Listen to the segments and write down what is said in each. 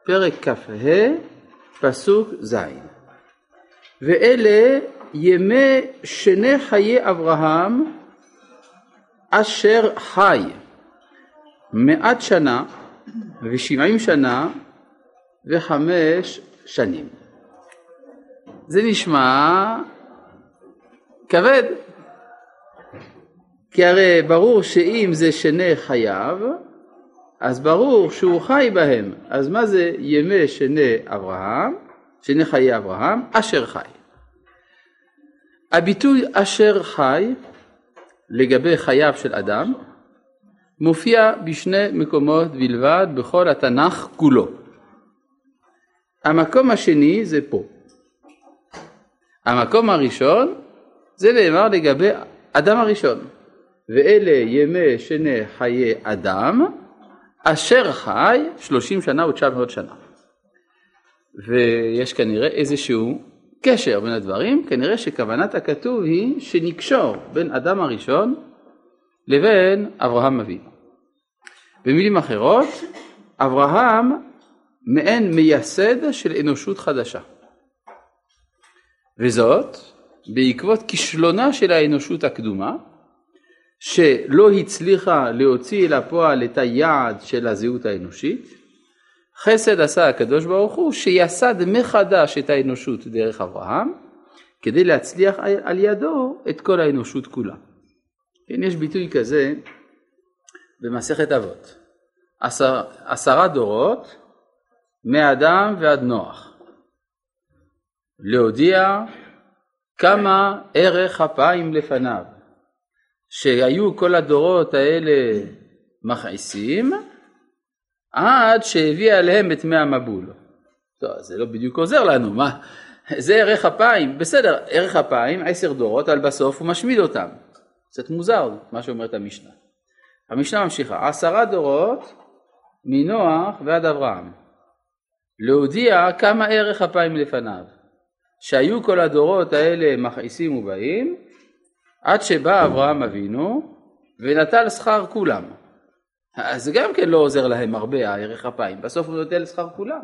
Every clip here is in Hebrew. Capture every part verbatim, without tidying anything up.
פרק כ"ה, פסוק ז'. ואלה ימי שני חיי אברהם אשר חי מאת שנה ושבעים שנה וחמש שנים. זה נשמע כבד, כי הרי ברור שאם זה שני חייו, אז ברור שהוא חי בהם. אז מה זה ימי שני אברהם, שני חיי אברהם, אשר חי? הביטוי אשר חי לגבי חייו של אדם מופיע בשני מקומות בלבד בכל התנ"ך כולו. המקום השני זה פה. המקום הראשון זה נאמר לגבי אדם הראשון. ואלה ימי שני חיי אדם אשר חי שלושים שנה ותשע מאות שנה. ויש כנראה איזשהו קשר בין הדברים. כנראה שכוונת הכתוב היא שנקשור בין אדם הראשון לבין אברהם אבינו. במילים אחרות, אברהם מעין מייסד של אנושות חדשה. וזאת בעקבות כישלונה של האנושות הקדומה, שלא הצליחה להוציא אל הפועל את היעד של הזהות האנושית. חסד עשה הקדוש ברוך הוא שיסד מחדש את האנושות דרך אברהם, כדי להצליח על ידו את כל האנושות כולה. כן, יש ביטוי כזה במסכת אבות. עשר, עשרה דורות מאדם ועד נוח. להודיע כמה ערך אפיים לפניו. שהיו כל הדורות האלה מכעיסים, עד שהביא עליהם את מי המבול. טוב, זה לא בדיוק עוזר לנו, מה? זה ערך אפיים, בסדר, ערך אפיים, עשר דורות, אבל בסוף הוא משמיד אותם. קצת מוזר, מה שאומרת המשנה. המשנה ממשיכה, עשרה דורות מנוח ועד אברהם. להודיע כמה ערך אפיים לפניו. שהיו כל הדורות האלה מכעיסים ובאים, עד שבא אברהם אבינו ונטל שכר כולם. אז זה גם כן לא עוזר להם הרבה הערך אפיים, בסוף הוא נוטל שכר כולם.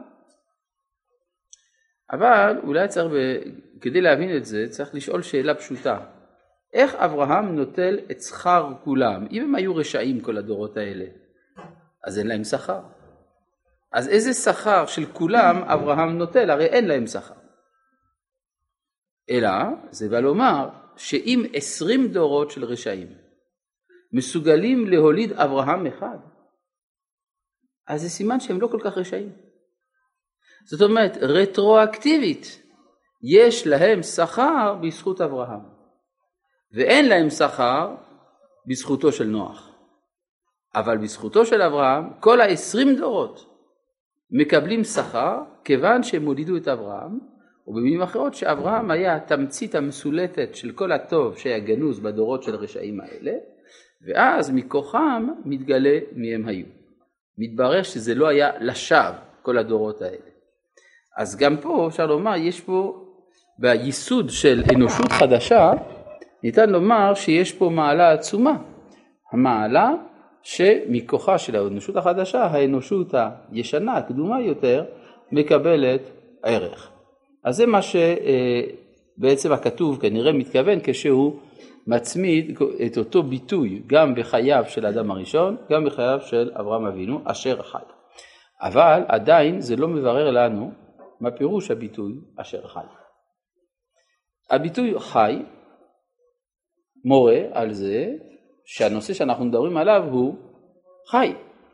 אבל אולי צריך, כדי להבין את זה, צריך לשאול שאלה פשוטה. איך אברהם נוטל את שכר כולם? אם הם היו רשעים כל הדורות האלה, אז אין להם שכר. אז איזה שכר של כולם אברהם נוטל? הרי אין להם שכר. אלא זה בא לומר, שאם עשרים דורות של רשעים מסוגלים להוליד אברהם אחד, אז זה סימן שהם לא כל כך רשעים. זאת אומרת, רטרואקטיבית, יש להם שכר בזכות אברהם, ואין להם שכר בזכותו של נוח. אבל בזכותו של אברהם, כל העשרים דורות מקבלים שכר, כיוון שהם הולידו את אברהם, ובמילים אחרות שאברהם היה התמצית המסולטת של כל הטוב שהיה גנוז בדורות של הרשעים האלה, ואז מכוחם מתגלה מי הם היו. מתברר שזה לא היה לשווא כל הדורות האלה. אז גם פה אפשר לומר, יש פה ביסוד של אנושות חדשה, ניתן לומר שיש פה מעלה עצומה. המעלה שמכוחה של האנושות החדשה, האנושות הישנה, הקדומה יותר, מקבלת ערך. אז זה מה שבעצם הכתוב כנראה מתכוון כשהוא מצמיד את אותו ביטוי גם בחייו של האדם הראשון, גם בחייו של אברהם אבינו אשר חי. אבל עדיין זה לא מברר לנו מה פירוש הביטוי אשר חי. הביטוי חי מורה על זה שהנושא שאנחנו מדברים עליו הוא חי.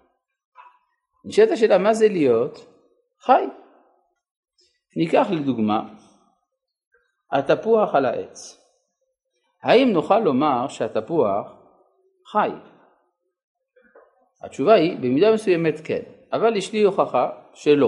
נשאלת השאלה מה זה להיות חי. ניקח לדוגמה, התפוח על העץ. האם נוכל לומר שהתפוח חי? התשובה היא, במידה מסוימת כן, אבל יש לי הוכחה שלא.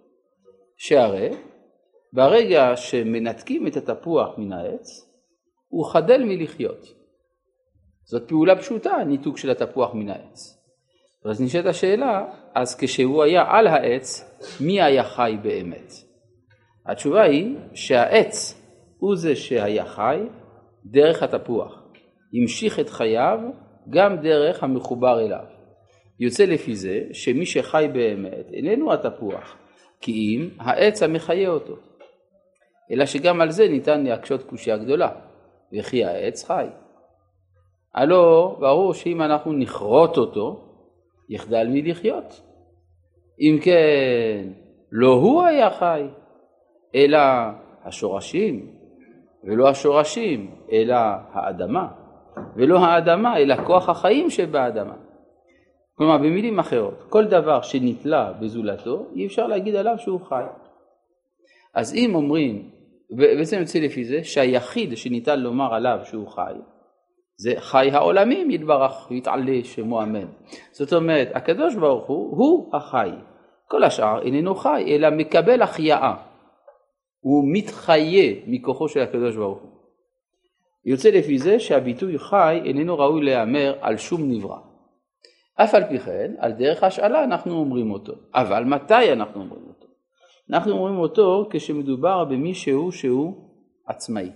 שהרי, ברגע שמנתקים את התפוח מן העץ, הוא חדל מלחיות. זאת פעולה פשוטה, ניתוק של התפוח מן העץ. אז נשאלת השאלה, אז כשהוא היה על העץ, מי היה חי באמת? התשובה היא שהעץ הוא זה שהיה חי דרך התפוח. המשיך את חייו גם דרך המחובר אליו. יוצא לפי זה שמי שחי באמת איננו התפוח, כי אם העץ המחיה אותו. אלא שגם על זה ניתן להקשות קושיה גדולה, וכי העץ חי. הלא ברור שאם אנחנו נכרות אותו, יחדל מלחיות. אם כן, לא הוא היה חי, אלא השורשים, ולא השורשים, אלא האדמה, ולא האדמה, אלא כוח החיים שבאדמה. כלומר, במילים אחרות, כל דבר שנתלה בזולתו, אי אפשר להגיד עליו שהוא חי. אז אם אומרים, ובעצם יוצא לפי זה, שהיחיד שניתן לומר עליו שהוא חי, זה חי העולמים יתברך ויתעלה שמו אמן. זאת אומרת, הקדוש ברוך הוא, הוא החי. כל השאר איננו חי, אלא מקבל החייאה. הוא מתחיה מכוחו של הקדוש ברוך הוא. יוצא לפי זה שהביטוי חי איננו ראוי להיאמר על שום נברא. אף על פי כן, על דרך השאלה אנחנו אומרים אותו. אבל מתי אנחנו אומרים אותו? אנחנו אומרים אותו כשמדובר במישהו שהוא עצמאי.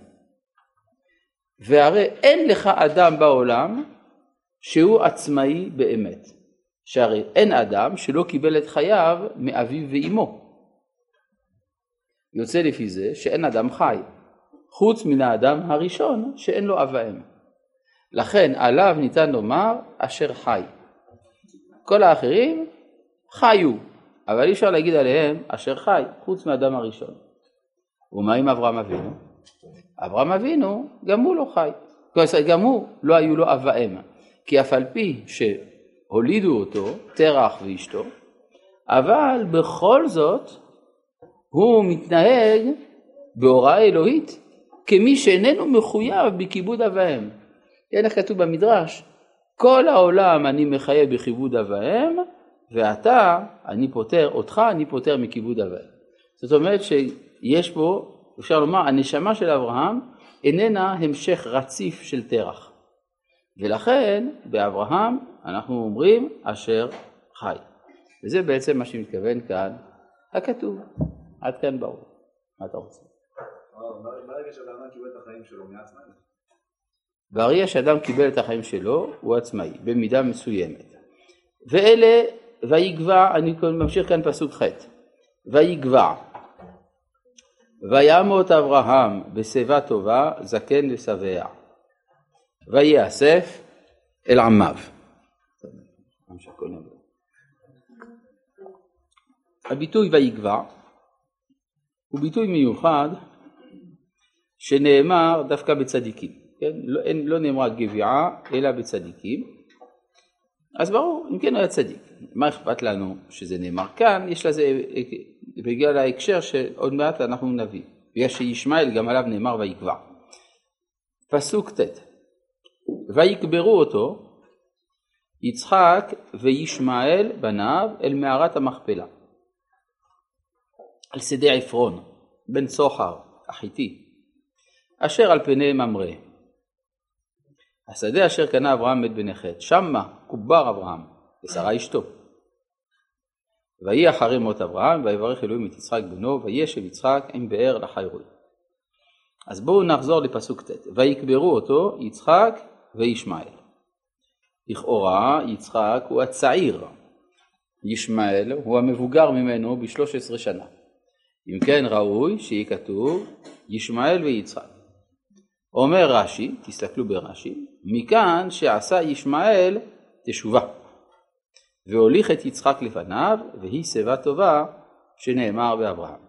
והרי אין לך אדם בעולם שהוא עצמאי באמת. שהרי אין אדם שלא קיבל את חייו מאביו ואימו. יוצא לפי זה שאין אדם חי, חוץ מן האדם הראשון שאין לו אב ואם. לכן עליו ניתן לומר אשר חי. כל האחרים חיו, אבל אי אפשר להגיד עליהם אשר חי, חוץ מהאדם הראשון. ומה עם אברהם אבינו? אברהם אבינו גם הוא לא חי, גם הוא לא היו לו אב ואם, כי אף על פי שהולידו אותו, תרח ואשתו, אבל בכל זאת הוא מתנהג בהוראה אלוהית כמי שאיננו מחויב בכיבוד אב ואם. כן, כתוב במדרש, כל העולם אני מחיה בכיבוד אב ואם, ואתה, אני פותר, אותך אני פותר מכיבוד אב ואם. זאת אומרת שיש פה, אפשר לומר, הנשמה של אברהם איננה המשך רציף של תרח. ולכן באברהם אנחנו אומרים אשר חי. וזה בעצם מה שמתכוון כאן הכתוב. עד כאן ברור. מה אתה רוצה? ברגע שאדם קיבל את החיים שלו מעצמאי? ברגע שאדם קיבל את החיים שלו הוא עצמאי, במידה מסוימת. ואלה, ויגבע, אני ממשיך כאן פסוק ח', ויגבע, וימות אברהם בשיבה טובה, זקן ושבע, ויאסף אל עמיו. הביטוי ויגבע הוא ביטוי מיוחד שנאמר דווקא בצדיקים, כן? לא, אין, לא נאמרה גביעה אלא בצדיקים. אז ברור, אם כן היה צדיק, מה אכפת לנו שזה נאמר כאן? יש לזה בגלל ההקשר שעוד מעט אנחנו נביא, בגלל שישמעאל גם עליו נאמר ויגבע. פסוק ט', ויקברו אותו יצחק וישמעאל בניו אל מערת המכפלה, על שדה עפרון, בן צוחר, החיתי, אשר על פני ממרא. השדה אשר קנה אברהם מת בן חת, שמה קובר אברהם ושרה אשתו. ויהי אחרי מות אברהם, ויברך אלוהים את יצחק בנו, וישב יצחק עם באר לחי-רוי. אז בואו נחזור לפסוק ט', ויקברו אותו יצחק וישמעאל. לכאורה יצחק הוא הצעיר, ישמעאל הוא המבוגר ממנו ב-שלוש עשרה שנה. אם כן ראוי שיהיה כתוב ישמעאל ויצחק. אומר רש"י, תסתכלו ברש"י, מכאן שעשה ישמעאל תשובה והוליך את יצחק לפניו, והיא שיבה טובה שנאמר באברהם.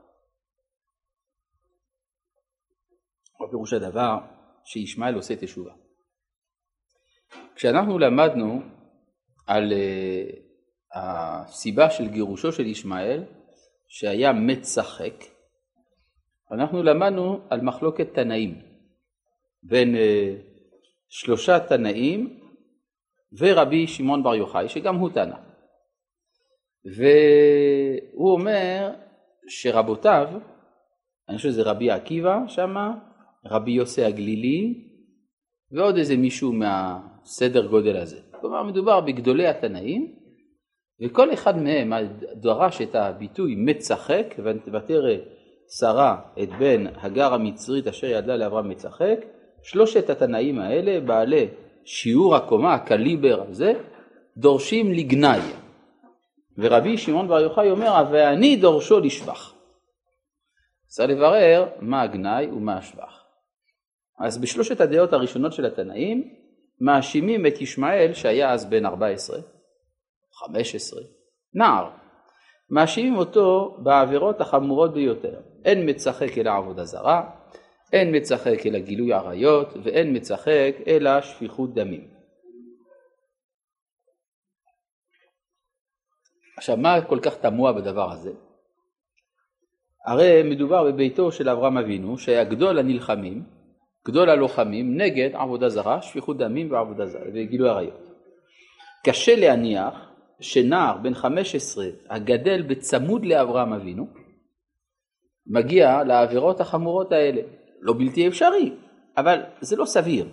פירוש הדבר שישמעאל עושה תשובה. כשאנחנו למדנו על uh, הסיבה של גירושו של ישמעאל שהיה מצחק, אנחנו למדנו על מחלוקת תנאים בין uh, שלושה תנאים ורבי שמעון בר יוחאי שגם הוא תנא. והוא אומר שרבותיו, אני חושב שזה רבי עקיבא שמה, רבי יוסי הגלילי ועוד איזה מישהו מהסדר גודל הזה. כלומר מדובר בגדולי התנאים, וכל אחד מהם דרש את הביטוי מצחק, ותראה שרה את בן הגר המצרית אשר ילדה לאברהם מצחק. שלושת התנאים האלה, בעלי שיעור הקומה, הקליבר הזה, דורשים לגנאי. ורבי שמעון בר יוחאי אומר, ואני דורשו לשבח. צריך לברר מה הגנאי ומה השבח. אז בשלושת הדעות הראשונות של התנאים, מאשימים את ישמעאל שהיה אז בן ארבע עשרה, חמש עשרה, נער. מאשימים אותו בעבירות החמורות ביותר. אין מצחק אלא עבודה זרה, אין מצחק אלא גילוי עריות, ואין מצחק אלא שפיכות דמים. עכשיו, מה כל כך תמוה בדבר הזה? הרי מדובר בביתו של אברהם אבינו, שהיה גדול הנלחמים, גדול הלוחמים, נגד עבודה זרה, שפיכות דמים ועבודה זרה, וגילוי עריות. קשה להניח שנער בן חמש עשרה, הגדל בצמוד לאברהם אבינו, מגיע לעבירות החמורות האלה. לא בלתי אפשרי, אבל זה לא סביר.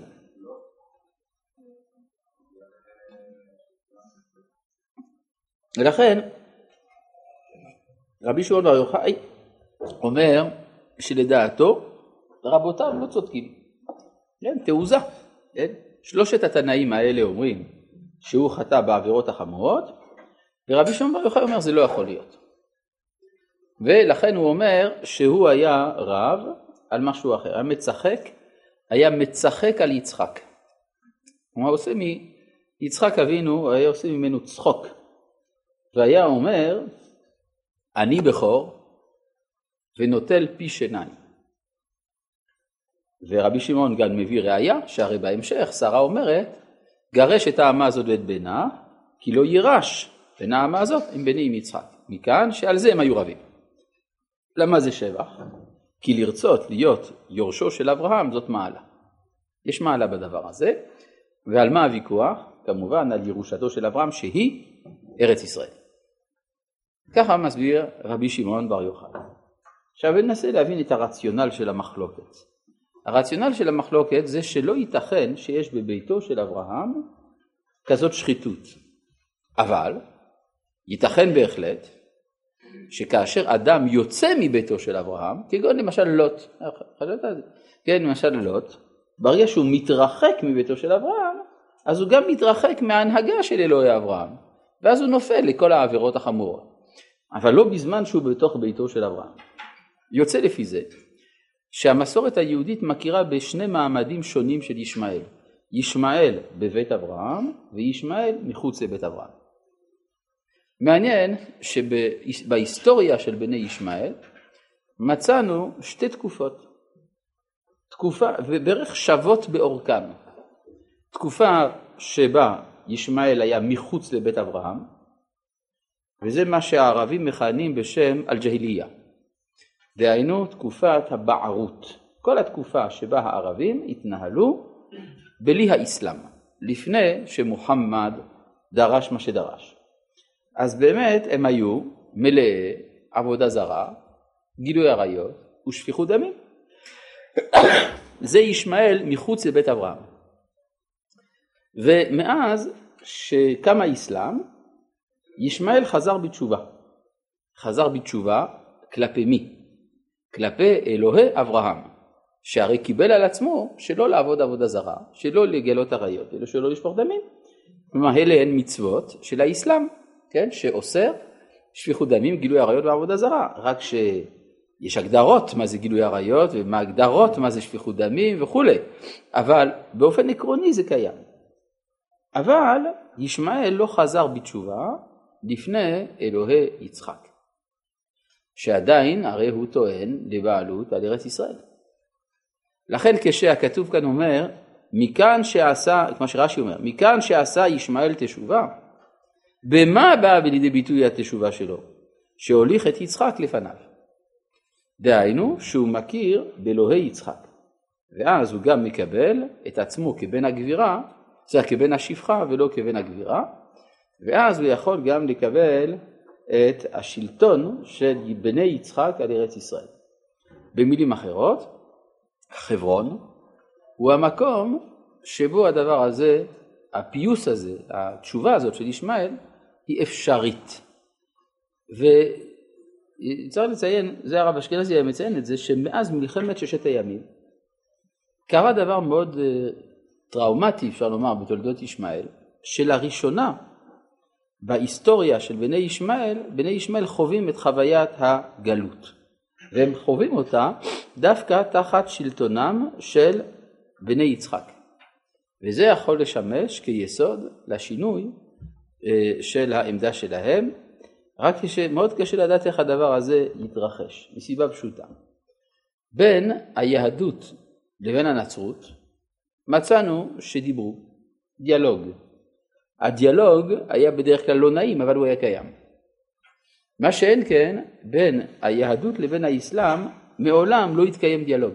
ולכן רבי שמעון בר יוחאי אומר שלדעתו רבותיו לא צודקים. כן, תעוזה. כן? שלושת התנאים האלה אומרים שהוא חטא בעבירות החמורות, ורבי שמעון בר יוחאי אומר זה לא יכול להיות. ולכן הוא אומר שהוא היה רב על משהו אחר, היה מצחק, היה מצחק על יצחק. הוא עושה מיצחק אבינו, היה עושה ממנו צחוק. והיה אומר, אני בכור ונוטל פי שיניים. ורבי שמעון גם מביא ראיה, שהרי בהמשך שרה אומרת, גרש את האמה הזאת ואת בנה, כי לא יירש בין האמה הזאת עם בני עם יצחק. מכאן שעל זה הם היו רבים. למה זה שבח? כי לרצות להיות יורשו של אברהם זאת מעלה. יש מעלה בדבר הזה, ועל מה הוויכוח? כמובן על ירושתו של אברהם שהיא ארץ ישראל. ככה מסביר רבי שמעון בר יוחאי. עכשיו ננסה להבין את הרציונל של המחלוקת. הרציונל של המחלוקת זה שלא ייתכן שיש בביתו של אברהם כזאת שחיתות. אבל ייתכן בהחלט שכאשר אדם יוצא מביתו של אברהם, כגון למשל לוט, כן, למשל לוט, ברגע שהוא מתרחק מביתו של אברהם, אז הוא גם מתרחק מההנהגה של אלוהי אברהם, ואז הוא נופל לכל העבירות החמורות. אבל לא בזמן שהוא בתוך ביתו של אברהם. יוצא לפי זה שהמסורת היהודית מכירה בשני מעמדים שונים של ישמעאל. ישמעאל בבית אברהם וישמעאל מחוץ לבית אברהם. מעניין שבהיסטוריה של בני ישמעאל מצאנו שתי תקופות. תקופה ובערך שוות באורכן. תקופה שבה ישמעאל היה מחוץ לבית אברהם, וזה מה שהערבים מכנים בשם אל-ג'היליה. דהיינו תקופת הבערות. כל התקופה שבה הערבים התנהלו בלי האסלאם, לפני שמוחמד דרש מה שדרש. אז באמת הם היו מלאי עבודה זרה, גילוי עריות ושפיכות דמים. זה ישמעאל מחוץ לבית אברהם. ומאז שקם האסלאם, ישמעאל חזר בתשובה. חזר בתשובה כלפי מי? כלפי אלוהי אברהם, שהרי קיבל על עצמו שלא לעבוד עבודה זרה, שלא לגלות עריות, אלא שלא לשפוך דמים. כלומר, אלה הן מצוות של האסלאם, כן? שאוסר שפיכות דמים, גילוי עריות ועבודה זרה. רק שיש הגדרות מה זה גילוי עריות, ומה הגדרות מה זה שפיכות דמים וכו'. אבל באופן עקרוני זה קיים. אבל ישמעאל לא חזר בתשובה לפני אלוהי יצחק, שעדיין הרי הוא טוען לבעלות על ארץ ישראל. לכן כשהכתוב כאן אומר, מכאן שעשה, כמו שרש"י אומר, מכאן שעשה ישמעאל תשובה, במה באה לידי ביטוי התשובה שלו? שהוליך את יצחק לפניו. דהיינו שהוא מכיר באלוהי יצחק, ואז הוא גם מקבל את עצמו כבן הגבירה, זה כבן השפחה ולא כבן הגבירה, ואז הוא יכול גם לקבל את השלטון של בני יצחק על ארץ ישראל. במילים אחרות, חברון הוא המקום שבו הדבר הזה, הפיוס הזה, התשובה הזאת של ישמעאל, היא אפשרית. וצריך לציין, זה הרב אשכנזי מציין את זה, שמאז מלחמת ששת הימים, קרה דבר מאוד טראומטי, אפשר לומר, בתולדות ישמעאל, שלראשונה בהיסטוריה של בני ישמעאל, בני ישמעאל חווים את חוויית הגלות. והם חווים אותה דווקא תחת שלטונם של בני יצחק. וזה יכול לשמש כיסוד לשינוי של העמדה שלהם, רק שמאוד קשה לדעת איך הדבר הזה יתרחש, מסיבה פשוטה. בין היהדות לבין הנצרות מצאנו שדיברו, דיאלוג. הדיאלוג היה בדרך כלל לא נעים, אבל הוא היה קיים. מה שאין כן, בין היהדות לבין האסלאם מעולם לא התקיים דיאלוג.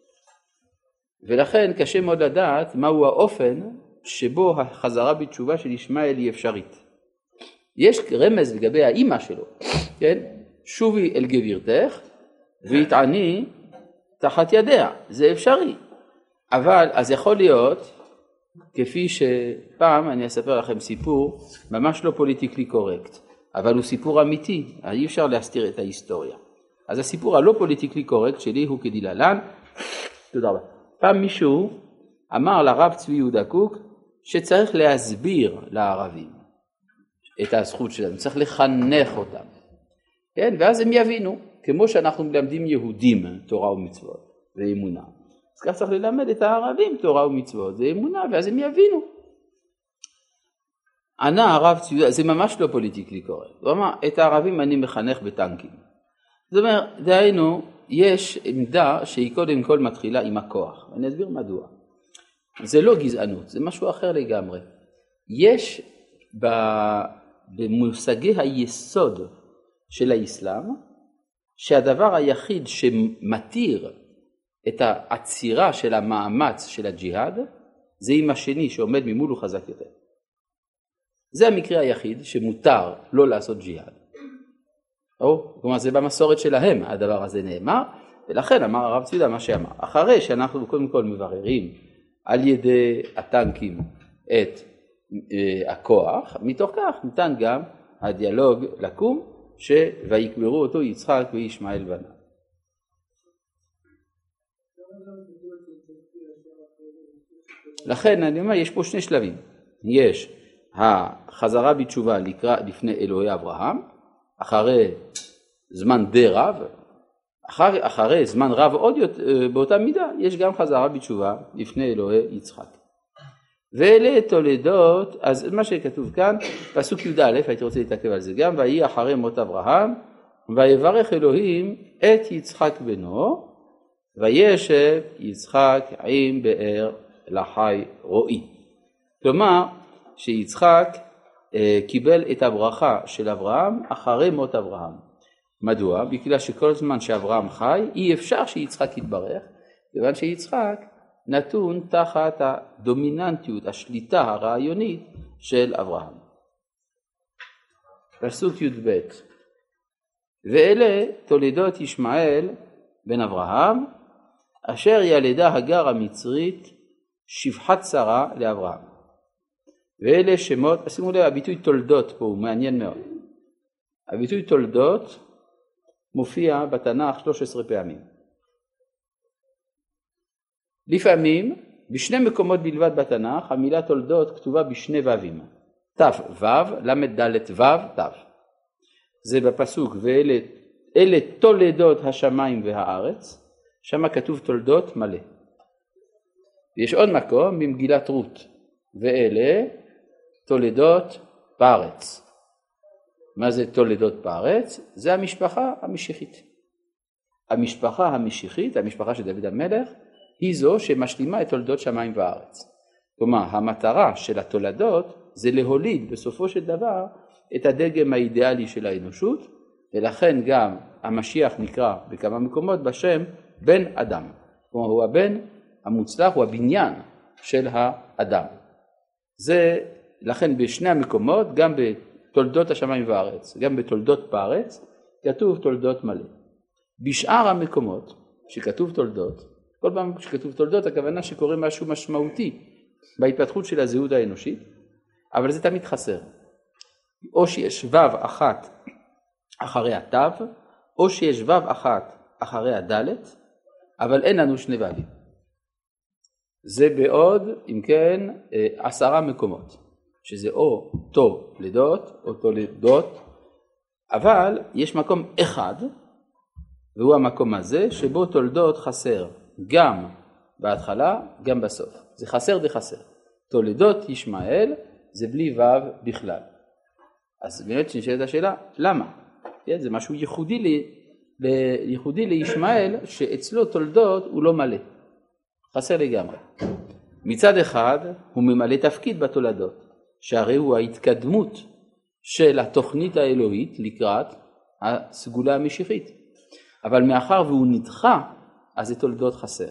ולכן קשה מאוד לדעת מהו האופן שבו החזרה בתשובה של ישמעאל היא אפשרית. יש רמז לגבי האימא שלו, כן? שובי אל גבירתך והתעני תחת ידיה, זה אפשרי. אבל אז יכול להיות, כפי שפעם אני אספר לכם סיפור ממש לא פוליטיקלי קורקט, אבל הוא סיפור אמיתי, אי אפשר להסתיר את ההיסטוריה. אז הסיפור הלא פוליטיקלי קורקט שלי הוא כדלהלן. תודה רבה. פעם מישהו אמר לרב צבי יהודה קוק שצריך להסביר לערבים את הזכות שלהם, צריך לחנך אותם. כן? ואז הם יבינו, כמו שאנחנו מלמדים יהודים תורה ומצוות ואמונה. אז כך צריך ללמד את הערבים תורה ומצוות ואמונה, ואז הם יבינו. ענה הרב צבי יהודה, זה ממש לא פוליטיקלי קורקט. הוא אמר, את הערבים אני מחנך בטנקים. זאת אומרת, דהיינו, יש עמדה שהיא קודם כל מתחילה עם הכוח. אני אסביר מדוע. זה לא גזענות, זה משהו אחר לגמרי. יש במושגי היסוד של האסלאם, שהדבר היחיד שמתיר את העצירה של המאמץ של הג'יהאד, זה עם השני שעומד ממול הוא חזק יותר. זה המקרה היחיד שמותר לא לעשות ג'יהאד. או, כלומר זה במסורת שלהם הדבר הזה נאמר, ולכן אמר הרב צבי מה שאמר. אחרי שאנחנו קודם כל מבררים על ידי הטנקים את אה, הכוח, מתוך כך ניתן גם הדיאלוג לקום, שויקברו אותו יצחק וישמעאל בניו. לכן אני אומר, יש פה שני שלבים. יש החזרה בתשובה לקרא, לפני אלוהי אברהם, אחרי זמן די רב, אחר, אחרי זמן רב עוד יותר, באותה מידה, יש גם חזרה בתשובה לפני אלוהי יצחק. ואלה תולדות, אז מה שכתוב כאן, פסוק י' א', הייתי רוצה להתעכב על זה גם, ויהי אחרי מות אברהם, ויברך אלוהים את יצחק בנו, וישב יצחק עם באר לחי רועי. כלומר, שיצחק אה, קיבל את הברכה של אברהם אחרי מות אברהם. מדוע? בגלל שכל זמן שאברהם חי, אי אפשר שיצחק יתברך, כיוון שיצחק נתון תחת הדומיננטיות, השליטה הרעיונית של אברהם. פסוק י' ב' ואלה תולדות ישמעאל בן אברהם, אשר ילדה הגר המצרית שפחת שרה לאברהם. ואלה שמות, שימו לב, הביטוי תולדות פה הוא מעניין מאוד. הביטוי תולדות מופיע בתנ"ך שלוש עשרה פעמים. לפעמים, בשני מקומות בלבד בתנ"ך, המילה תולדות כתובה בשני ו"ים. ת' ו', למד ד' ו', ת'. זה בפסוק, ואלה אלה תולדות השמיים והארץ, שם כתוב תולדות מלא. יש עוד מקום במגילת רות, ואלה תולדות פרץ. מה זה תולדות פרץ? זה המשפחה המשיחית. המשפחה המשיחית, המשפחה של דוד המלך, היא זו שמשלימה את תולדות שמיים וארץ. כלומר, המטרה של התולדות זה להוליד בסופו של דבר את הדגם האידיאלי של האנושות, ולכן גם המשיח נקרא בכמה מקומות בשם בן אדם. כלומר, הוא הבן המוצלח, הוא הבניין של האדם. זה, לכן בשני המקומות, גם בתולדות השמיים וארץ, גם בתולדות פרץ, כתוב תולדות מלא. בשאר המקומות שכתוב תולדות, כל פעם שכתוב תולדות, הכוונה שקורה משהו משמעותי בהתפתחות של הזהות האנושית, אבל זה תמיד חסר. או שיש ו' אחת אחרי התו, או שיש ו' אחת אחרי הדלת, אבל אין לנו שני ו"ים. זה בעוד, אם כן, עשרה מקומות שזה או תולדות או תולדות, אבל יש מקום אחד, והוא המקום הזה שבו תולדות חסר גם בהתחלה גם בסוף. זה חסר דה חסר. תולדות ישמעאל זה בלי וו בכלל. אז באמת נשאלת השאלה, למה? זה משהו ייחודי, ל... ל... ייחודי לישמעאל, שאצלו תולדות הוא לא מלא. חסר לגמרי. מצד אחד הוא ממלא תפקיד בתולדות, שהרי הוא ההתקדמות של התוכנית האלוהית לקראת הסגולה המשיחית. אבל מאחר והוא נדחה, אז זה תולדות חסר.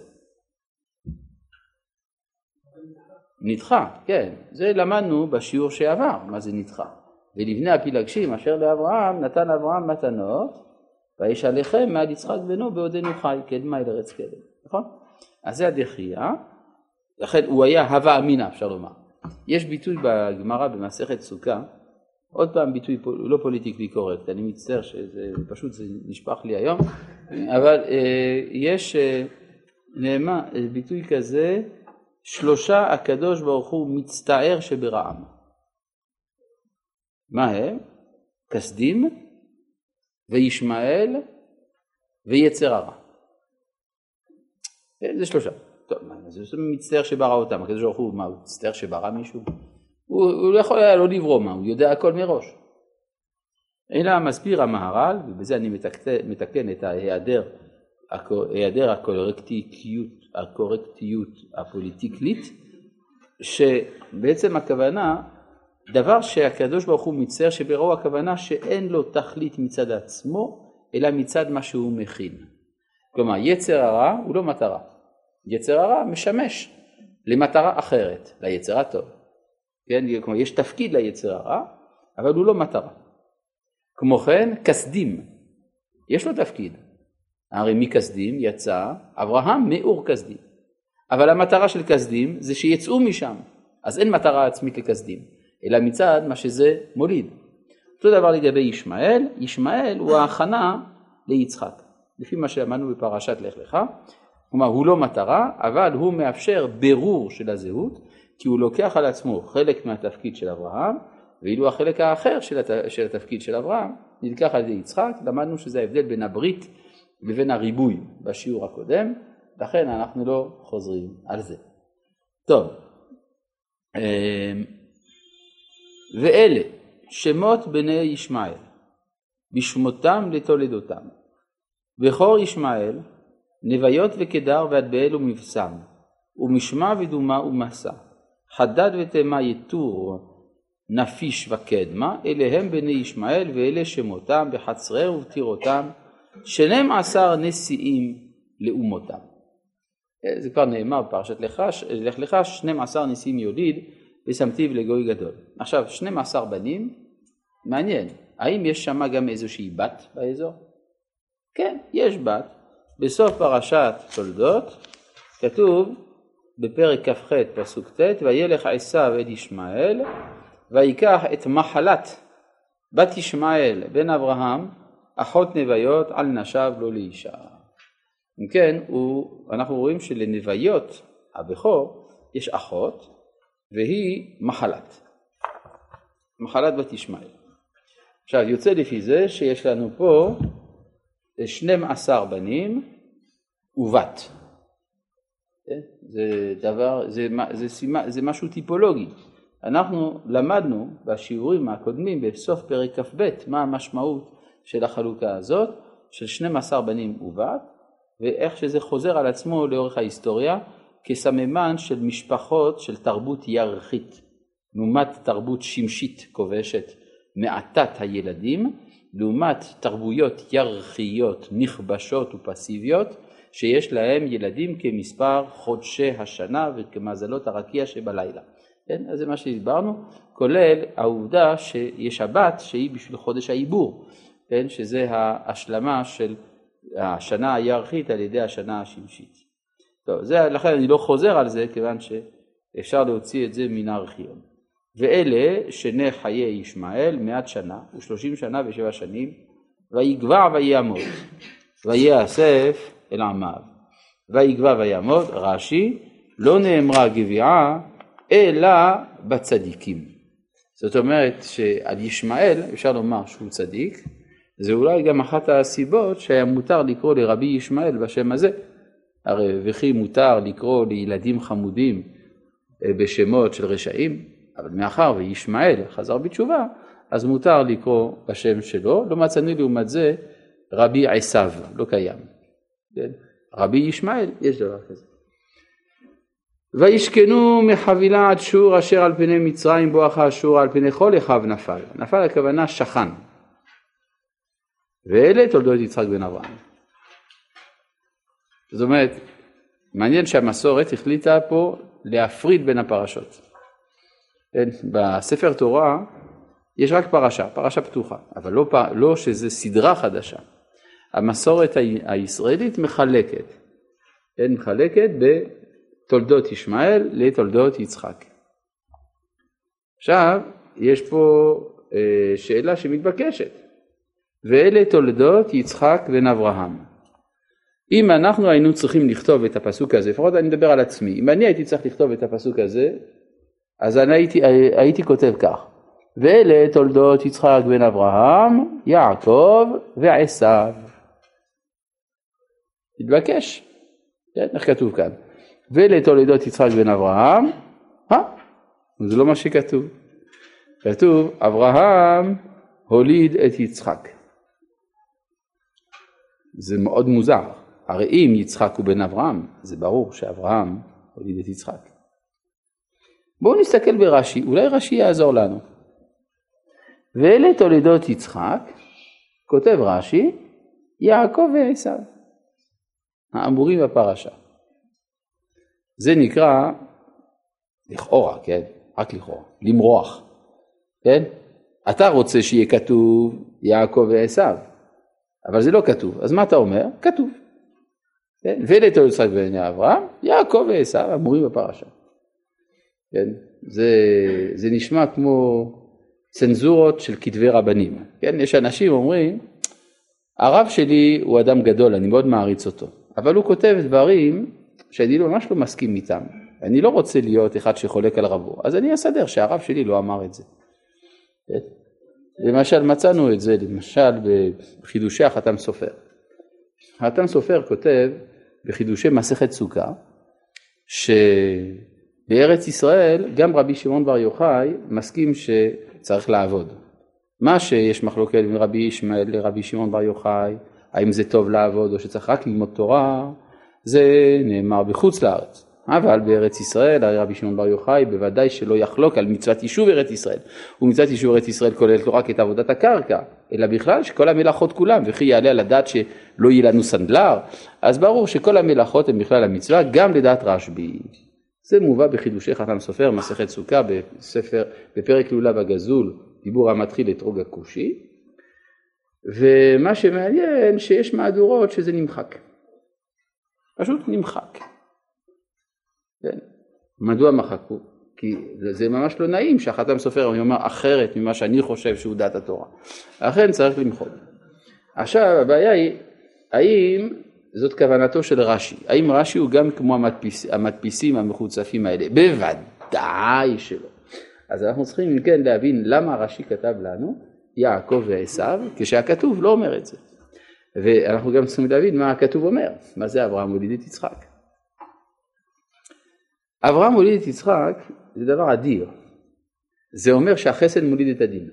נדחה, כן. זה למדנו בשיעור שעבר, מה זה נדחה. ולבני הפילגשים אשר לאברהם נתן אברהם מתנות, וישלחם מעל יצחק בנו בעודנו חי, קדמה אל ארץ קדם. נכון? אז זה הדחייה. לכן הוא היה הווה אמינה, אפשר לומר. יש ביטוי בגמרא במסכת סוכה, עוד פעם ביטוי לא פוליטיקלי קורקט, אני מצטער שזה פשוט זה נשפך לי היום, אבל אה, יש אה, נאמר, ביטוי כזה, שלושה הקדוש ברוך הוא מצטער שברעם. מה הם? כסדים וישמעאל ויצר הרע. זה שלושה. טוב, זה מצטער שברא אותם, הקדוש ברוך הוא, מה, הוא מצטער שברא מישהו? הוא, הוא לא יכול היה לא לברוא, מה, הוא יודע הכל מראש. אלא מסביר המהר"ל, ובזה אני מתקן, מתקן את ההיעדר, ההיעדר הקורקטיות, הקורקטיות הפוליטיקלית, שבעצם הכוונה, דבר שהקדוש ברוך הוא מצטער שבראו, הכוונה שאין לו תכלית מצד עצמו, אלא מצד מה שהוא מכין. כלומר, יצר הרע הוא לא מטרה. יצר הרע משמש למטרה אחרת, ליצר הטוב. כן? כלומר, יש תפקיד ליצר הרע, אבל הוא לא מטרה. כמו כן, כסדים. יש לו תפקיד. הרי מכסדים יצא אברהם מאור כסדים. אבל המטרה של כסדים זה שיצאו משם. אז אין מטרה עצמית לכסדים, אלא מצד מה שזה מוליד. אותו דבר לגבי ישמעאל. ישמעאל הוא ההכנה ליצחק. לפי מה שלמדנו בפרשת לך לך. כלומר, הוא לא מטרה, אבל הוא מאפשר ברור של הזהות, כי הוא לוקח על עצמו חלק מהתפקיד של אברהם, ואילו החלק האחר של, הת... של התפקיד של אברהם נלקח על ידי יצחק. למדנו שזה ההבדל בין הברית לבין הריבוי בשיעור הקודם, לכן אנחנו לא חוזרים על זה. טוב, ואלה שמות בני ישמעאל, בשמותם לתולדותם. בכור ישמעאל, נוויות וקדר והדבאל ומבשם, ומשמע ודומה ומסע, חדד ותמה יתור, נפיש וקדמה, אליהם בני ישמעאל, ואלה שמותם בחצרר ובתירותם, שנים עשר נשיאים לאומותם. זה כבר נאמר בפרשת לך, לך לך, שנים עשר נשיאים יוליד, ושמתיו לגוי גדול. עכשיו, שנים עשר בנים, מעניין, האם יש שם גם איזושהי בת באזור? כן, יש בת. בסוף פרשת תולדות, כתוב בפרק כ"ח פסוק ט', וילך עשיו את ישמעאל, ויקח את מחלת בת ישמעאל בן אברהם, אחות נוויות על נשיו לא לאישה. אם כן, הוא, אנחנו רואים שלנוויות הבכור יש אחות, והיא מחלת. מחלת בת ישמעאל. עכשיו, יוצא לפי זה שיש לנו פה שנים עשר בנים ובת. זה דבר, זה, זה, זה, זה משהו טיפולוגי. אנחנו למדנו בשיעורים הקודמים בסוף פרק כ"ב מה המשמעות של החלוקה הזאת של שנים עשר בנים ובת, ואיך שזה חוזר על עצמו לאורך ההיסטוריה כסממן של משפחות של תרבות ירחית, לעומת תרבות שמשית כובשת מעטת הילדים, לעומת תרבויות ירחיות נכבשות ופסיביות שיש להם ילדים כמספר חודשי השנה וכמזלות הרקיע שבלילה. כן? אז זה מה שהסברנו, כולל העובדה שיש הבת שהיא בשביל חודש העיבור, כן? שזה ההשלמה של השנה הירחית על ידי השנה השמשית. טוב, זה, לכן אני לא חוזר על זה, כיוון שאפשר להוציא את זה מן הארכיון. ואלה שני חיי ישמעאל מעט שנה ושלושים שנה ושבע שנים, ויגבע ויעמוד, ויאסף אל עמיו. ויגבע ויעמוד, רש"י, לא נאמרה גביעה אלא בצדיקים. זאת אומרת שעל ישמעאל אפשר לומר שהוא צדיק, זה אולי גם אחת הסיבות שהיה מותר לקרוא לרבי ישמעאל בשם הזה. הרי וכי מותר לקרוא לילדים חמודים בשמות של רשעים, אבל מאחר וישמעאל חזר בתשובה, אז מותר לקרוא בשם שלו. לא מצאנו לעומת זה רבי עשיו, לא קיים. רבי ישמעאל, יש דבר כזה. וישכנו מחבילה עד שור אשר על פני מצרים בואכה אשור על פני כל אחיו נפל. נפל הכוונה שכן. ואלה תולדות יצחק בן אברהם. זאת אומרת, מעניין שהמסורת החליטה פה להפריד בין הפרשות. בספר תורה יש רק פרשה, פרשה פתוחה, אבל לא, לא שזה סדרה חדשה. המסורת הישראלית מחלקת, מחלקת בתולדות ישמעאל לתולדות יצחק. עכשיו, יש פה שאלה שמתבקשת, ואלה תולדות יצחק בן אברהם. אם אנחנו היינו צריכים לכתוב את הפסוק הזה, לפחות אני מדבר על עצמי, אם אני הייתי צריך לכתוב את הפסוק הזה, אז אני הייתי, הייתי כותב כך, ואלה תולדות יצחק בן אברהם, יעקב ועשיו. תתבקש, איך כתוב כאן? ואלה תולדות יצחק בן אברהם, אה? זה לא מה שכתוב. כתוב, אברהם הוליד את יצחק. זה מאוד מוזר. הרי אם יצחק הוא בן אברהם, זה ברור שאברהם הוליד את יצחק. בואו נסתכל ברש"י, אולי רש"י יעזור לנו. ואלה תולדות יצחק, כותב רש"י, יעקב ועשיו, האמורים בפרשה. זה נקרא, לכאורה, כן? רק לכאורה, למרוח, כן? אתה רוצה שיהיה כתוב יעקב ועשיו, אבל זה לא כתוב. אז מה אתה אומר? כתוב. כן? ואלה תולדות יצחק בן אברהם, יעקב ועשיו, אמורים בפרשה. כן? זה, זה נשמע כמו צנזורות של כתבי רבנים. כן? יש אנשים אומרים, הרב שלי הוא אדם גדול, אני מאוד מעריץ אותו, אבל הוא כותב דברים שאני ממש לא מסכים איתם. אני לא רוצה להיות אחד שחולק על רבו, אז אני אסדר שהרב שלי לא אמר את זה. כן? למשל מצאנו את זה, למשל בחידושי החתם סופר. החתם סופר כותב בחידושי מסכת סוכה, שבארץ ישראל גם רבי שמעון בר יוחאי מסכים שצריך לעבוד. מה שיש מחלוקת בין רבי ישמעאל לרבי שמעון בר יוחאי, האם זה טוב לעבוד או שצריך רק ללמוד תורה, זה נאמר בחוץ לארץ. אבל בארץ ישראל, הרי רבי שמעון בר יוחאי בוודאי שלא יחלוק על מצוות יישוב ארץ ישראל. ומצוות יישוב ארץ ישראל כוללת לא רק את עבודת הקרקע, אלא בכלל שכל המלאכות כולם, וכי יעלה על הדעת שלא יהיה לנו סנדלר, אז ברור שכל המלאכות הן בכלל המצווה, גם לדעת רשב"י. זה מובא בחידושי חתם סופר, מסכת סוכה, בספר, בפרק לולה בגזול, דיבור המתחיל אתרוג הכושי. ומה שמעניין שיש מהדורות שזה נמחק. פשוט נמחק. כן. מדוע מחקו? כי זה ממש לא נעים שהחתם סופר אומר אחרת ממה שאני חושב שהוא דעת התורה. לכן צריך למחוק. עכשיו הבעיה היא, האם זאת כוונתו של רש"י? האם רש"י הוא גם כמו המדפיס, המדפיסים המחוצפים האלה? בוודאי שלא. אז אנחנו צריכים כן להבין למה רש"י כתב לנו יעקב ועשיו, כשהכתוב לא אומר את זה. ואנחנו גם צריכים להבין מה הכתוב אומר. מה זה אברהם הוליד את יצחק? אברהם מוליד את יצחק זה דבר אדיר. זה אומר שהחסד מוליד את הדין.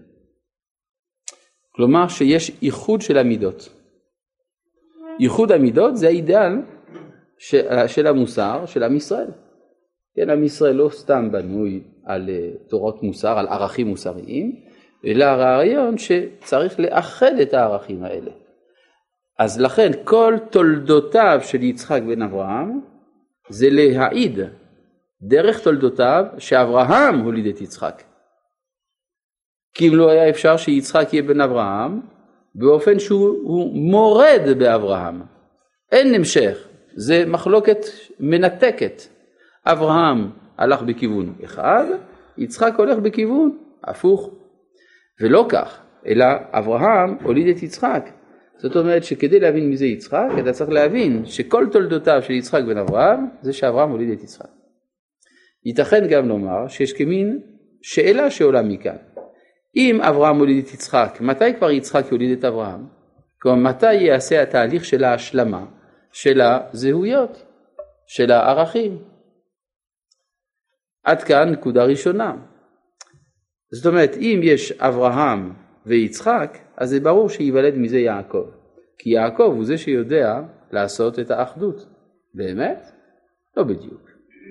כלומר שיש איחוד של המידות. איחוד המידות זה האידאל של, של המוסר של עם ישראל. כן, עם ישראל לא סתם בנוי על תורות מוסר, על ערכים מוסריים, אלא הרעיון שצריך לאחד את הערכים האלה. אז לכן כל תולדותיו של יצחק בן אברהם זה להעיד דרך תולדותיו שאברהם הוליד את יצחק. כי אם לא היה אפשר שיצחק יהיה בן אברהם, באופן שהוא מורד באברהם. אין המשך, זה מחלוקת מנתקת. אברהם הלך בכיוון אחד, יצחק הולך בכיוון הפוך. ולא כך, אלא אברהם הוליד את יצחק. זאת אומרת שכדי להבין מי זה יצחק, אתה צריך להבין שכל תולדותיו של יצחק בן אברהם, זה שאברהם הוליד את יצחק. ייתכן גם לומר שיש כמין שאלה שעולה מכאן. אם אברהם הוליד את יצחק, מתי כבר יצחק יוליד את אברהם? כלומר, מתי יעשה התהליך של ההשלמה של הזהויות, של הערכים? עד כאן נקודה ראשונה. זאת אומרת, אם יש אברהם ויצחק, אז זה ברור שיוולד מזה יעקב. כי יעקב הוא זה שיודע לעשות את האחדות. באמת? לא בדיוק.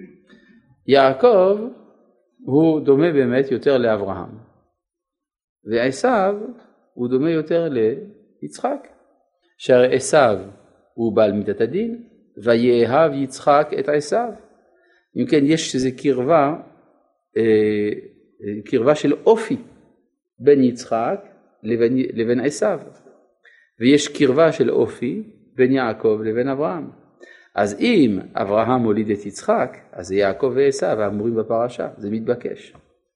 יעקב הוא דומה באמת יותר לאברהם. ועשיו הוא דומה יותר ליצחק. שהרי עשיו הוא בעל מידת הדין, ויאהב יצחק את עשיו. אם כן, יש איזו קרבה, אה, קרבה של אופי בין יצחק לבין, לבין עשיו. ויש קרבה של אופי בין יעקב לבין אברהם. אז אם אברהם הוליד את יצחק, אז זה יעקב ועשיו האמורים בפרשה, זה מתבקש.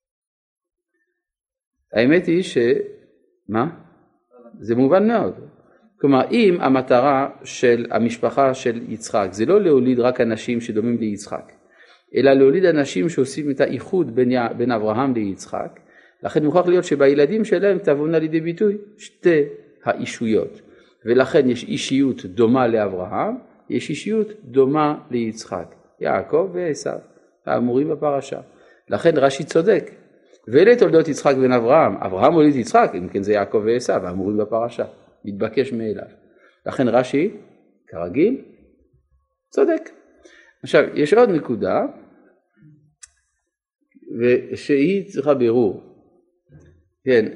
האמת היא ש... מה? זה מובן מאוד. כלומר, אם המטרה של המשפחה של יצחק, זה לא להוליד רק אנשים שדומים ליצחק, אלא להוליד אנשים שעושים את האיחוד בין, בין אברהם ליצחק, לכן מוכרח להיות שבילדים שלהם תבואנה לידי ביטוי שתי האישויות. ולכן יש אישיות דומה לאברהם, יש אישיות דומה ליצחק, יעקב ועשיו, האמורים בפרשה. לכן רש"י צודק. ואלה תולדות יצחק בן אברהם, אברהם הוליד יצחק, אם כן זה יעקב ועשיו, האמורים בפרשה, מתבקש מאליו. לכן רש"י, כרגיל, צודק. עכשיו, יש עוד נקודה, ושהיא צריכה בירור. כן,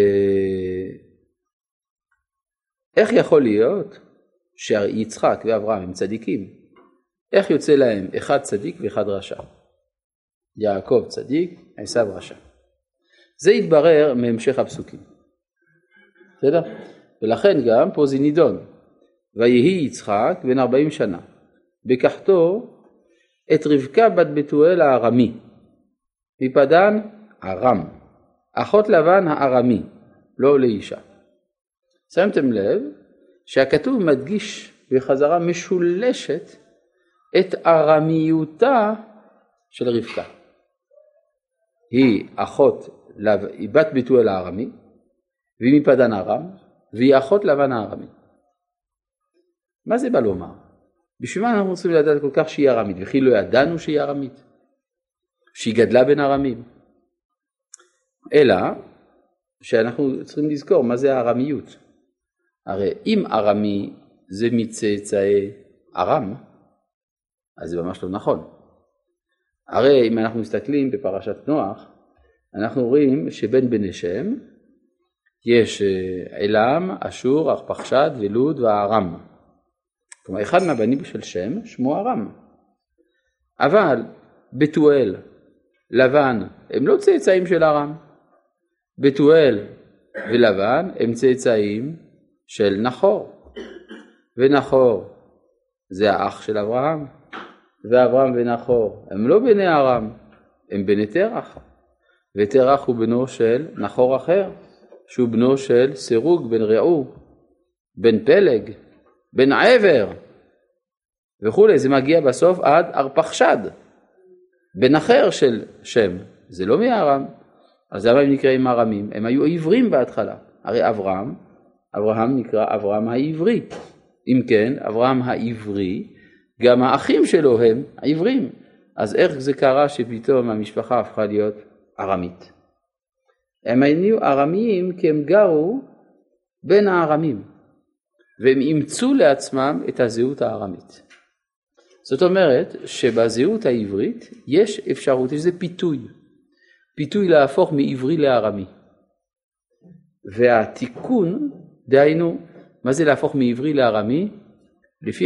איך יכול להיות שיצחק ואברהם הם צדיקים? איך יוצא להם אחד צדיק ואחד רשע? יעקב צדיק, עשיו רשע. זה יתברר מהמשך הפסוקים. בסדר? ולכן גם פה זה נידון. ויהי יצחק בן ארבעים שנה. בקחתו את רבקה בת בתואל הארמי. מפדן ארם. אחות לבן הארמי. לא לאישה. שמתם לב שהכתוב מדגיש בחזרה משולשת את ארמיותה של רבקה. היא אחות, היא בת בתואל הארמי, והיא מפדן ארם, והיא אחות לבן הארמי. מה זה בא לומר? בשביל מה אנחנו צריכים לדעת כל כך שהיא ארמית, וכי לא ידענו שהיא ארמית, שהיא גדלה בין ארמים. אלא שאנחנו צריכים לזכור מה זה הארמיות. הרי אם ארמי זה מצאצאי ארם, אז זה ממש לא נכון. הרי אם אנחנו מסתכלים בפרשת נוח, אנחנו רואים שבין בני שם יש אלם, אשור, ארפחשד ולוד והארם. כלומר, אחד מהבנים של שם שמו ארם. אבל בתואל, לבן, הם לא צאצאים של ארם. בתואל ולבן הם צאצאים של נחור. ונחור זה האח של אברהם. ואברהם ונחור הם לא בני ארם, הם בני תרח. ותרח הוא בנו של נחור אחר, שהוא בנו של סירוג בן רעו, בן פלג, בן עבר וכו'. זה מגיע בסוף עד ארפחשד, בן אחר של שם. זה לא מארם. אז למה הם נקראים ארמים? הם היו עברים בהתחלה. הרי אברהם, אברהם נקרא אברהם העברי. אם כן, אברהם העברי, גם האחים שלו הם עברים. אז איך זה קרה שפתאום המשפחה הפכה להיות ארמית? הם היו ארמיים כי הם גרו בין הארמים, והם אימצו לעצמם את הזהות הארמית. זאת אומרת שבזהות העברית יש אפשרות, יש זה פיתוי. פיתוי להפוך מעברי לארמי. והתיקון, דהיינו, מה זה להפוך מעברי לארמי? לפי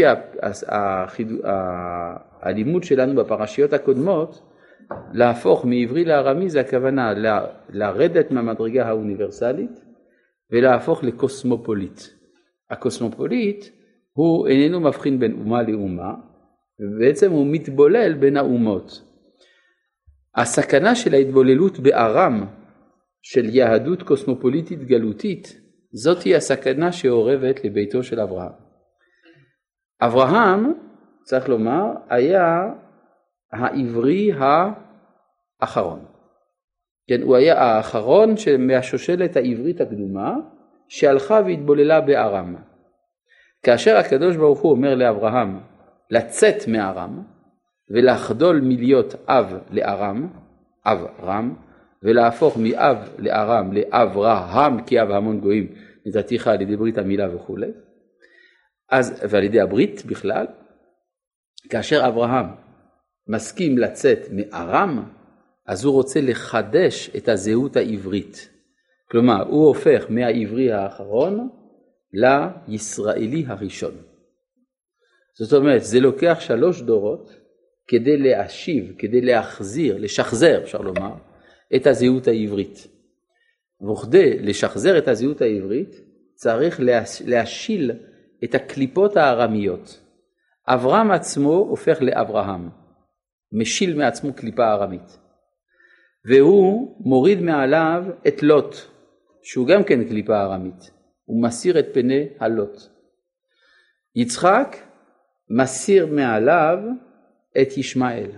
הלימוד שלנו בפרשיות הקודמות, להפוך מעברי לארמי זה הכוונה לרדת מהמדרגה האוניברסלית ולהפוך לקוסמופוליט. הקוסמופוליט הוא איננו מבחין בין אומה לאומה, ובעצם הוא מתבולל בין האומות. הסכנה של ההתבוללות בארם של יהדות קוסמופוליטית גלותית, זאת היא הסכנה שעורבת לביתו של אברהם. אברהם, צריך לומר, היה העברי האחרון. כן, הוא היה האחרון מהשושלת העברית הקדומה שהלכה והתבוללה בארם. כאשר הקדוש ברוך הוא אומר לאברהם לצאת מארם ולחדול מלהיות אב לארם, אב רם, ולהפוך מאב לארם לאברהם, כי אב המון גויים נתתיך על ידי ברית המילה וכו'. אז, ועל ידי הברית בכלל, כאשר אברהם מסכים לצאת מארם, אז הוא רוצה לחדש את הזהות העברית. כלומר, הוא הופך מהעברי האחרון לישראלי הראשון. זאת אומרת, זה לוקח שלוש דורות כדי להשיב, כדי להחזיר, לשחזר, אפשר לומר, את הזהות העברית. וכדי לשחזר את הזהות העברית, צריך להשיל את הקליפות הארמיות. אברהם עצמו הופך לאברהם, משיל מעצמו קליפה ארמית. והוא מוריד מעליו את לוט, שהוא גם כן קליפה ארמית. הוא מסיר את פני הלוט. יצחק מסיר מעליו את ישמעאל.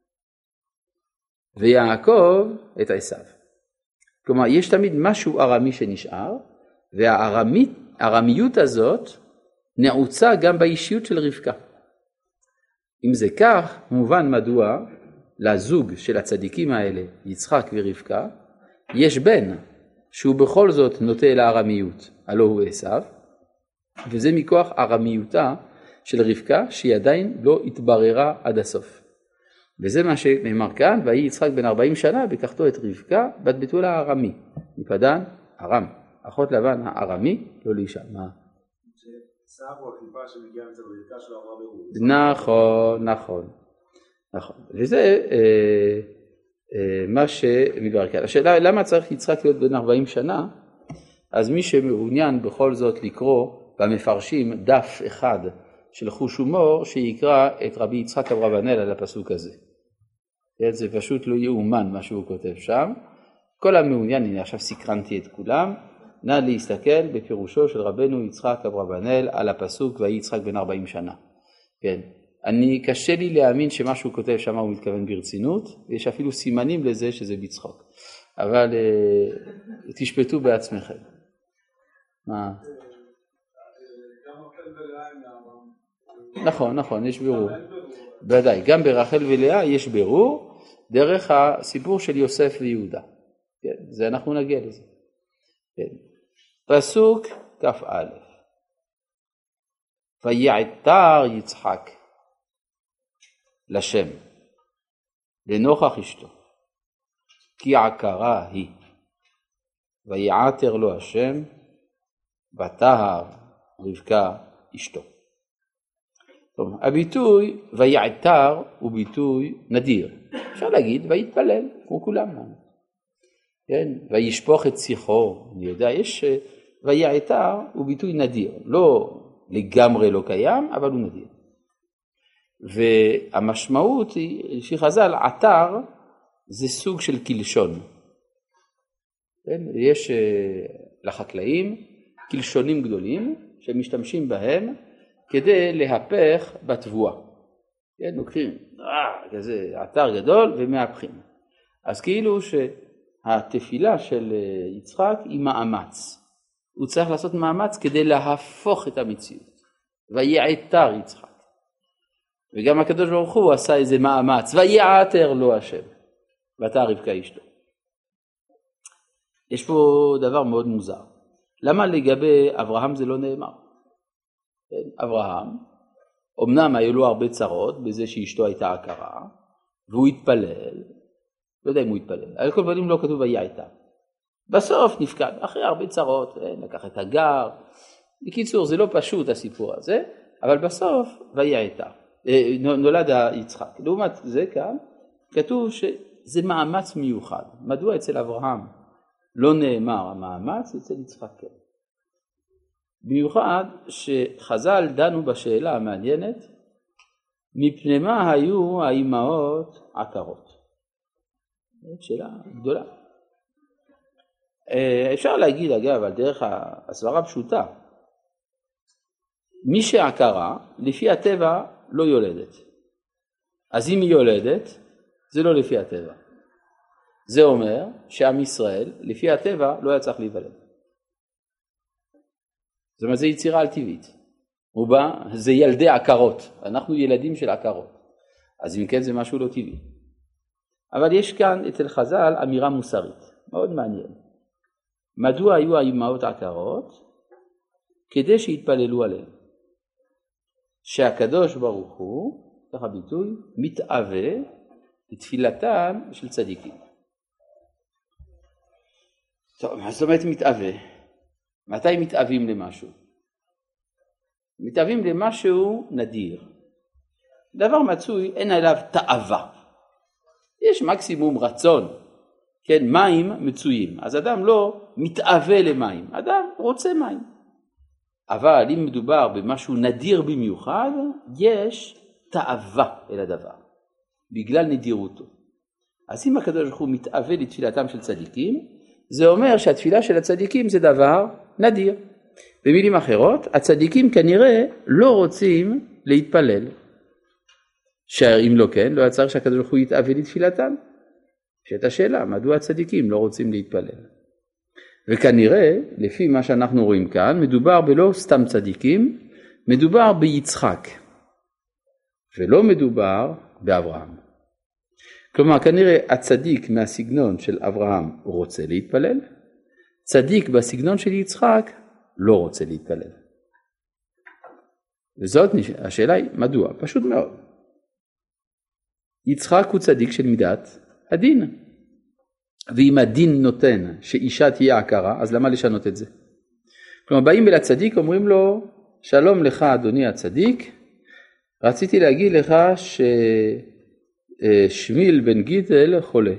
ויעקב את עשיו. כלומר, יש תמיד משהו ארמי שנשאר, והארמיות הזאת נעוצה גם באישיות של רבקה. אם זה כך, מובן מדוע לזוג של הצדיקים האלה, יצחק ורבקה, יש בן שהוא בכל זאת נוטה לארמיות, הלא הוא עשיו, וזה מכוח ארמיותה של רבקה שהיא עדיין לא התבררה עד הסוף. וזה מה שנאמר כאן, ויהי יצחק בן ארבעים שנה בקחתו את רבקה בת בתולה הארמי, מפדן ארם, אחות לבן הארמי, לא לאישה. מה? שעשיו הוא הקליפה שמגיעה מצד רבקה של אברהם. נכון, נכון. נכון. וזה אה, אה, מה שמתברר כאן. השאלה, למה צריך יצחק להיות בן ארבעים שנה? אז מי שמעוניין בכל זאת לקרוא במפרשים דף אחד של חוש הומור, שיקרא את רבי יצחק אברבנאל על הפסוק הזה. זה פשוט לא יאומן מה שהוא כותב שם. כל המעוניין, הנה עכשיו סקרנתי את כולם, נא להסתכל בפירושו של רבנו יצחק אברבנאל על הפסוק ויהי יצחק בן ארבעים שנה. כן. אני קשה לי להאמין שמה שהוא כותב שם הוא מתכוון ברצינות, ויש אפילו סימנים לזה שזה בצחוק. אבל תשפטו בעצמכם. מה? נכון, נכון, יש בירור. בוודאי, גם ברחל ולאה יש בירור דרך הסיפור של יוסף ויהודה. כן, זה אנחנו נגיע לזה. כן. פסוק כ"א. ויעתר יצחק לשם לנוכח אשתו, כי עקרה היא. ויעתר לו השם, ותהר רבקה אשתו. טוב, הביטוי ויעתר הוא ביטוי נדיר. אפשר להגיד ויתפלל, כמו כולם. כן? וישפוך את שיחו, אני יודע, יש ויעתר הוא ביטוי נדיר. לא לגמרי לא קיים, אבל הוא נדיר. והמשמעות היא, לפי חז"ל, עתר זה סוג של קלשון. כן? יש לחקלאים קלשונים גדולים שמשתמשים בהם כדי להפך בתבואה. כן? לוקחים אה, כזה עתר גדול ומהפכים. אז כאילו שהתפילה של יצחק היא מאמץ. הוא צריך לעשות מאמץ כדי להפוך את המציאות. ויעתר יצחק. וגם הקדוש ברוך הוא עשה איזה מאמץ. ויעתר לו השם. ותהר רבקה אשתו. יש פה דבר מאוד מוזר. למה לגבי אברהם זה לא נאמר? אברהם, אמנם היו לו הרבה צרות בזה שאשתו הייתה עקרה, והוא התפלל, לא יודע אם הוא התפלל, על כל פנים לא כתוב ויעתר. בסוף נפקד, אחרי הרבה צרות, לקח את הגר. בקיצור, זה לא פשוט הסיפור הזה, אבל בסוף ויעתר, נולד יצחק. לעומת זה כאן, כתוב שזה מאמץ מיוחד. מדוע אצל אברהם לא נאמר המאמץ, אצל יצחק כן. במיוחד שחז"ל דנו בשאלה המעניינת, מפני מה היו האימהות עקרות? זאת שאלה גדולה. אפשר להגיד אגב על דרך הסברה פשוטה, מי שעקרה לפי הטבע לא יולדת. אז אם היא יולדת, זה לא לפי הטבע. זה אומר שעם ישראל, לפי הטבע, לא היה צריך להיוולד. זאת אומרת, זה יצירה על טבעית. הוא בא, זה ילדי עקרות. אנחנו ילדים של עקרות. אז אם כן, זה משהו לא טבעי. אבל יש כאן אצל חז"ל אמירה מוסרית. מאוד מעניין. מדוע היו האימהות עקרות? כדי שיתפללו עליהם. שהקדוש ברוך הוא, ככה ביטוי, מתאווה לתפילתם של צדיקים. טוב, מה זאת אומרת מתאווה? מתי מתאווים למשהו? מתאווים למשהו נדיר. דבר מצוי, אין עליו תאווה. יש מקסימום רצון, כן, מים מצויים. אז אדם לא מתאווה למים, אדם רוצה מים. אבל אם מדובר במשהו נדיר במיוחד, יש תאווה אל הדבר, בגלל נדירותו. אז אם הקדוש ברוך הוא מתאווה לתפילתם של צדיקים, זה אומר שהתפילה של הצדיקים זה דבר נדיר. במילים אחרות, הצדיקים כנראה לא רוצים להתפלל. שאם לא כן, לא יצטרך שהקדוש ברוך הוא יתאווה לתפילתם. שאתה שאלה, מדוע הצדיקים לא רוצים להתפלל? וכנראה, לפי מה שאנחנו רואים כאן, מדובר בלא סתם צדיקים, מדובר ביצחק, ולא מדובר באברהם. כלומר, כנראה הצדיק מהסגנון של אברהם רוצה להתפלל, צדיק בסגנון של יצחק לא רוצה להתפלל. וזאת השאלה היא, מדוע? פשוט מאוד. יצחק הוא צדיק של מידת הדין. ואם הדין נותן שאישה תהיה עקרה, אז למה לשנות את זה? כלומר, באים אל הצדיק, אומרים לו, שלום לך אדוני הצדיק, רציתי להגיד לך ששמיל בן גיטל חולה.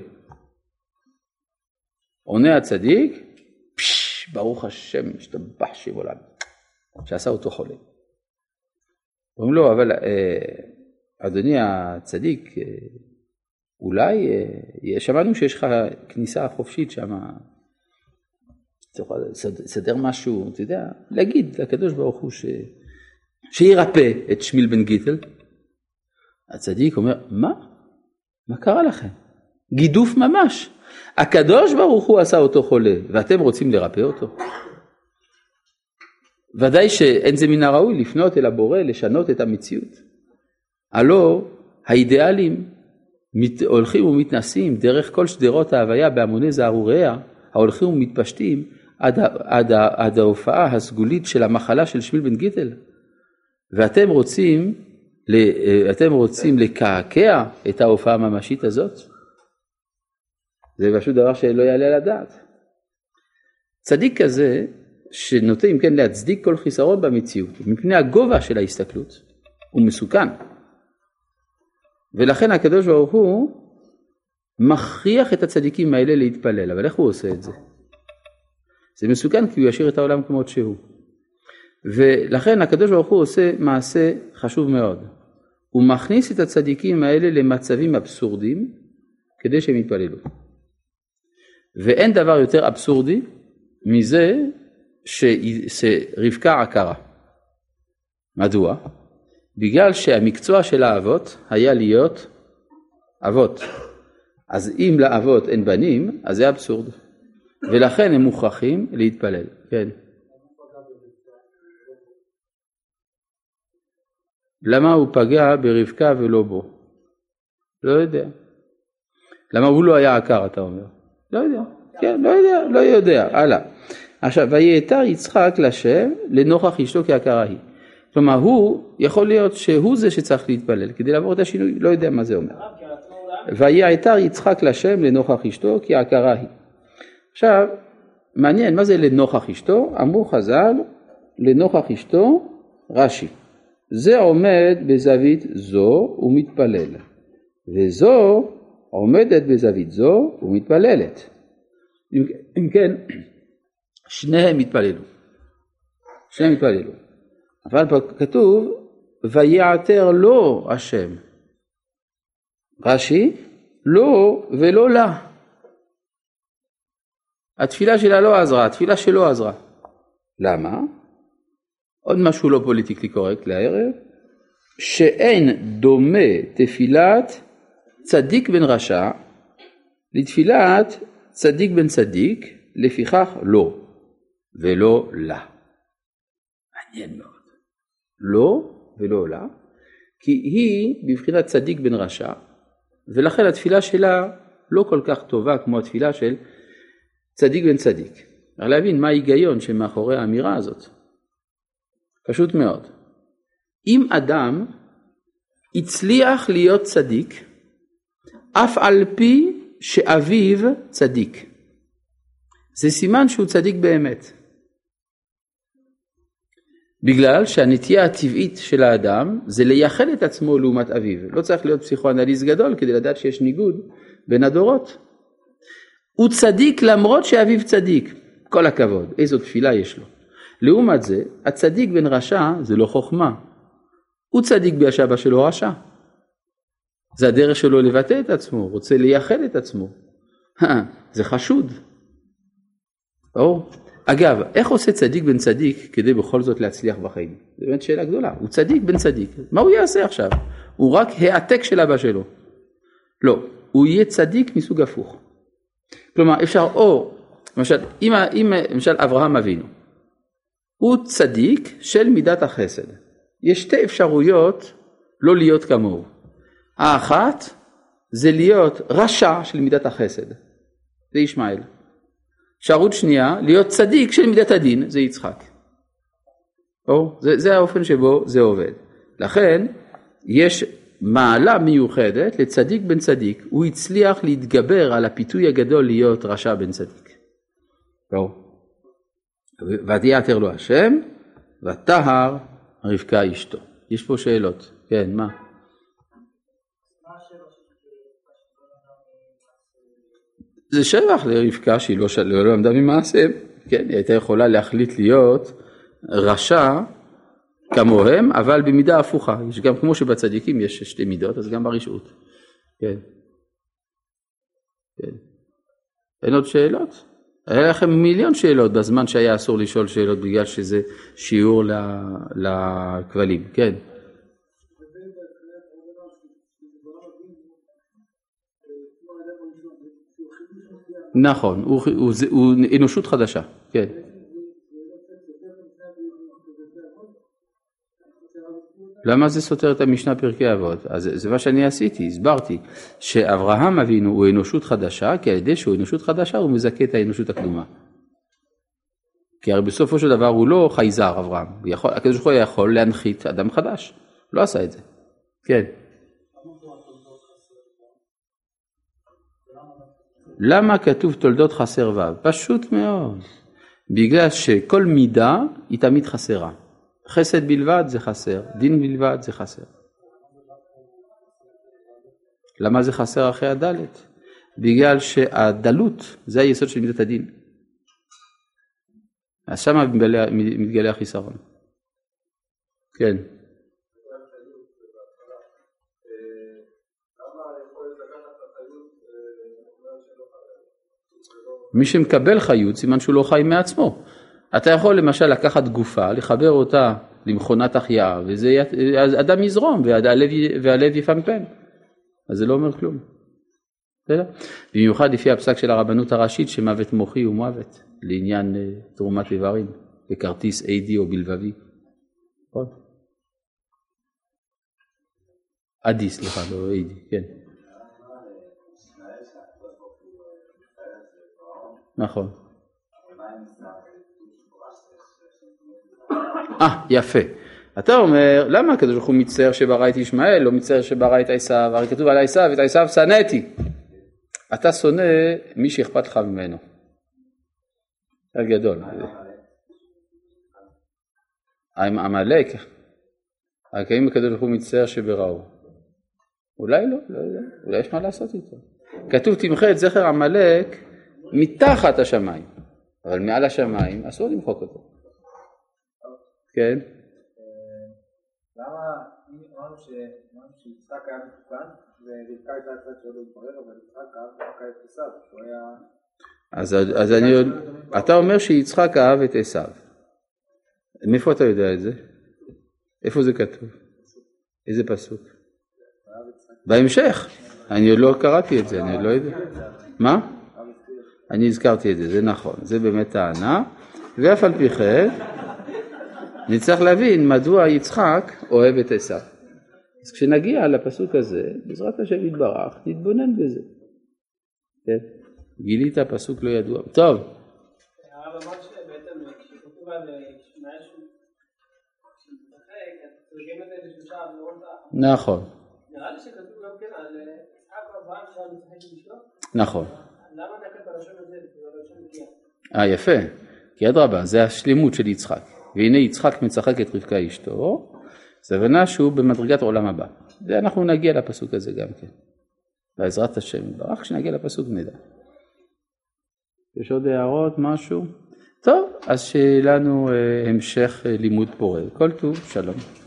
עונה הצדיק, פש, ברוך השם, השתבח שם עולם, שעשה אותו חולה. אומרים לו, אבל אדוני הצדיק, אולי, שמענו שיש לך כניסה חופשית שם, אתה יכול לסדר משהו, אתה יודע, להגיד לקדוש ברוך הוא ש... שירפא את שמיל בן גיטל. הצדיק אומר, מה? מה קרה לכם? גידוף ממש. הקדוש ברוך הוא עשה אותו חולה, ואתם רוצים לרפא אותו? ודאי שאין זה מן הראוי לפנות אל הבורא, לשנות את המציאות. הלא, האידיאלים, מת, הולכים ומתנסים דרך כל שדרות ההוויה בהמוני זערוריה, ההולכים ומתפשטים עד, עד, עד ההופעה הסגולית של המחלה של שמיל בן גיטל. ואתם רוצים, אתם רוצים לקעקע את ההופעה הממשית הזאת? זה פשוט דבר שלא יעלה על הדעת. צדיק כזה, שנוטה אם כן להצדיק כל חיסרון במציאות, מפני הגובה של ההסתכלות, הוא מסוכן. ולכן הקדוש ברוך הוא מכריח את הצדיקים האלה להתפלל. אבל איך הוא עושה את זה? זה מסוכן כי הוא ישאיר את העולם כמות שהוא. ולכן הקדוש ברוך הוא עושה מעשה חשוב מאוד. הוא מכניס את הצדיקים האלה למצבים אבסורדים כדי שהם יתפללו. ואין דבר יותר אבסורדי מזה שרבקה עקרה. מדוע? בגלל שהמקצוע של האבות היה להיות אבות. אז אם לאבות אין בנים, אז זה אבסורד. ולכן הם מוכרחים להתפלל. כן. למה הוא פגע ברבקה ולא בו? לא יודע. למה הוא לא היה עקר, אתה אומר? לא יודע. כן, לא יודע, לא יודע. הלאה. עכשיו, ויתר יצחק לשם לנוכח אשתו כעקרה היא. כלומר, הוא, יכול להיות שהוא זה שצריך להתפלל, כדי לעבור את השינוי, לא יודע מה זה אומר. ויתר יצחק לשם לנוכח אשתו כעקרה היא. עכשיו, מעניין, מה זה לנוכח אשתו? אמרו חז"ל, לנוכח אשתו רש"י. זה עומד בזווית זו ומתפלל, וזו עומדת בזווית זו ומתפללת. אם, אם כן, שניהם מתפללו. שניהם מתפללו. אבל פה כתוב, ויעתר לו השם. רש"י, לא ולא לה. התפילה שלה לא עזרה, התפילה שלו עזרה. למה? עוד משהו לא פוליטיקלי קורקט לערב, שאין דומה תפילת צדיק בן רשע לתפילת צדיק בן צדיק, לפיכך לא, ולא לה. מעניין מאוד. לא ולא לה, כי היא בבחינת צדיק בן רשע, ולכן התפילה שלה לא כל כך טובה כמו התפילה של צדיק בן צדיק. צריך להבין מה ההיגיון שמאחורי האמירה הזאת. פשוט מאוד. אם אדם הצליח להיות צדיק, אף על פי שאביו צדיק, זה סימן שהוא צדיק באמת. בגלל שהנטייה הטבעית של האדם זה לייחד את עצמו לעומת אביו. לא צריך להיות פסיכואנליסט גדול כדי לדעת שיש ניגוד בין הדורות. הוא צדיק למרות שאביו צדיק. כל הכבוד, איזו תפילה יש לו. לעומת זה, הצדיק בן רשע זה לא חוכמה. הוא צדיק בישבא שלו רשע. זה הדרך שלו לבטא את עצמו, רוצה לייחד את עצמו. זה חשוד. או, אגב, איך עושה צדיק בן צדיק כדי בכל זאת להצליח בחיים? זו באמת שאלה גדולה. הוא צדיק בן צדיק. מה הוא יעשה עכשיו? הוא רק העתק של אבא שלו. לא, הוא יהיה צדיק מסוג הפוך. כלומר, אפשר, או, למשל, אם, אם, למשל אברהם אבינו, הוא צדיק של מידת החסד. יש שתי אפשרויות לא להיות כמוהו. האחת זה להיות רשע של מידת החסד. זה ישמעאל. אפשרות שנייה, להיות צדיק של מידת הדין, זה יצחק. או, זה, זה האופן שבו זה עובד. לכן, יש מעלה מיוחדת לצדיק בן צדיק. הוא הצליח להתגבר על הפיתוי הגדול להיות רשע בן צדיק. או. ותיעתר לו השם, ותהר רבקה אשתו. יש פה שאלות. כן, מה? זה שבח לרבקה שהיא לא, לא למדה ממעשה. כן, היא הייתה יכולה להחליט להיות רשע כמוהם, אבל במידה הפוכה. יש גם כמו שבצדיקים יש שתי מידות, אז גם ברשעות. כן. כן. אין עוד שאלות? היה לכם מיליון שאלות בזמן שהיה אסור לשאול שאלות בגלל שזה שיעור לכבלים. כן. נכון, הוא, הוא, הוא אנושות חדשה, כן. למה זה סותר את המשנה פרקי אבות? אז זה מה שאני עשיתי, הסברתי, שאברהם אבינו הוא אנושות חדשה, כי על ידי שהוא אנושות חדשה הוא מזכה את האנושות הקדומה. כי הרי בסופו של דבר הוא לא חייזר אברהם, הקדוש ברוך הוא יכול להנחית אדם חדש, לא עשה את זה. כן. למה כתוב תולדות חסר ו'? פשוט מאוד. בגלל שכל מידה היא תמיד חסרה. חסד בלבד זה חסר, דין בלבד זה חסר. למה זה חסר אחרי הדלת? בגלל שהדלות זה היסוד של מידת הדין. אז שם מתגלה, מתגלה החיסרון. כן. מי שמקבל חיות, סימן שהוא לא חי מעצמו. אתה יכול למשל לקחת גופה, לחבר אותה למכונת החייאה, וזה אדם יזרום, והלב, והלב יפמפם. אז זה לא אומר כלום. במיוחד לפי הפסק של הרבנות הראשית, שמוות מוחי הוא מוות, לעניין תרומת איברים, בכרטיס איי-די או בלבבי. נכון? עדי, סליחה, לא איי-די, כן. נכון. אה, יפה. אתה אומר, למה הקדוש ברוך הוא מצטער שברא את ישמעאל, לא מצטער שברא את עשיו? הרי כתוב על עשיו, את עשיו שנאתי. אתה שונא מי שאכפת לך ממנו. זה גדול. עמלק. האם הקדוש ברוך הוא מצטער שבראו? אולי לא, לא יודע. אולי יש מה לעשות איתו. כתוב תמחה את זכר עמלק מתחת השמיים, אבל מעל השמיים אסור למחוק אותו. כן? למה, אמרנו שיצחק היה מתוקן, ורבקה הייתה הצד שלא להתברר, אבל יצחק אהב את עשיו, שהוא היה... אז אני... אתה אומר שיצחק אהב את עשיו. מאיפה אתה יודע את זה? איפה זה כתוב? איזה פסוק? בהמשך. אני עוד לא קראתי את זה, אני עוד לא יודע. מה? אני הזכרתי את זה, זה נכון, זה באמת טענה, ואף על פי כן, נצטרך להבין מדוע יצחק אוהב את עשיו. אז כשנגיע לפסוק הזה, בעזרת השם יתברך, נתבונן בזה. כן? גילית הפסוק לא ידוע. טוב. הרב אמר שבעצם כשכתוב על ישמעאל שהוא מתרחק, אז תרגם את זה לשלושה עבירות האחרות. נכון. נראה לי שכתוב גם כן על יצחק ואברהם שהיה מתרחק עם אשתו. נכון. למה נקט בלשון הזה? בלשון נקייה. אה, יפה. כי אדרבה, זה השלימות של יצחק. והנה יצחק מצחק את רבקה אשתו, זה הבנה שהוא במדרגת עולם הבא. ואנחנו נגיע לפסוק הזה גם כן. בעזרת השם יתברך, כשנגיע לפסוק נדע. יש עוד הערות, משהו? טוב, אז שלנו המשך לימוד פורה. כל טוב, שלום.